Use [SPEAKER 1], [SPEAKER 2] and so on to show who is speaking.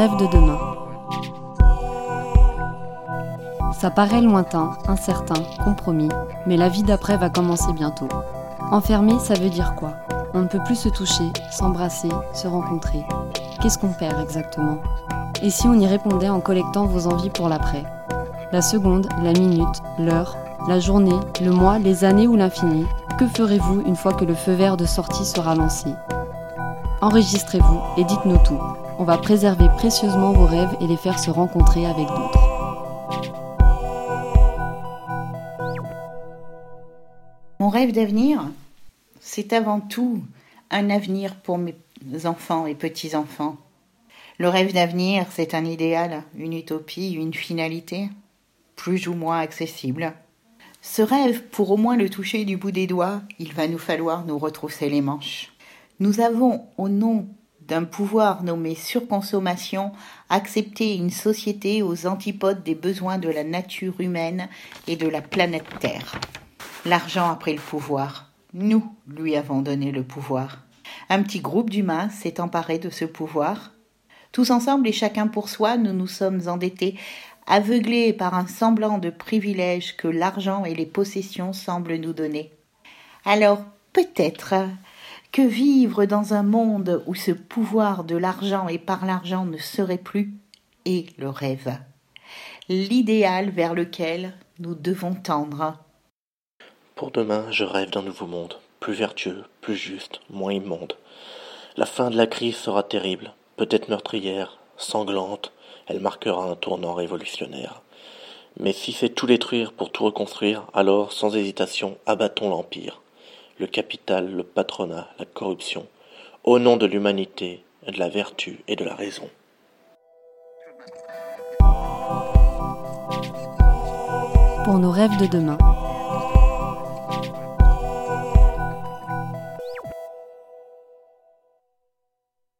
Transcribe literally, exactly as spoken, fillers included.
[SPEAKER 1] rêves de demain. Ça paraît lointain, incertain, compromis, mais la vie d'après va commencer bientôt. Enfermé, ça veut dire quoi ? On ne peut plus se toucher, s'embrasser, se rencontrer. Qu'est-ce qu'on perd exactement ? Et si on y répondait en collectant vos envies pour l'après ? La seconde, la minute, l'heure, la journée, le mois, les années ou l'infini, que ferez-vous une fois que le feu vert de sortie sera lancé ? Enregistrez-vous et dites-nous tout. On va préserver précieusement vos rêves et les faire se rencontrer avec d'autres.
[SPEAKER 2] Mon rêve d'avenir, c'est avant tout un avenir pour mes enfants et petits-enfants. Le rêve d'avenir, c'est un idéal, une utopie, une finalité, plus ou moins accessible. Ce rêve, pour au moins le toucher du bout des doigts, il va nous falloir nous retrousser les manches. Nous avons, au nom d'un pouvoir nommé surconsommation, accepté une société aux antipodes des besoins de la nature humaine et de la planète Terre. L'argent a pris le pouvoir. Nous lui avons donné le pouvoir. Un petit groupe d'humains s'est emparé de ce pouvoir. Tous ensemble et chacun pour soi, nous nous sommes endettés, aveuglés par un semblant de privilège que l'argent et les possessions semblent nous donner. Alors, peut-être que vivre dans un monde où ce pouvoir de l'argent et par l'argent ne serait plus est le rêve, l'idéal vers lequel nous devons tendre.
[SPEAKER 3] Pour demain, je rêve d'un nouveau monde, plus vertueux, plus juste, moins immonde. La fin de la crise sera terrible, peut-être meurtrière, sanglante, elle marquera un tournant révolutionnaire. Mais si c'est tout détruire pour tout reconstruire, alors, sans hésitation, abattons l'empire. Le capital, le patronat, la corruption, au nom de l'humanité, de la vertu et de la raison.
[SPEAKER 1] Pour nos rêves de demain.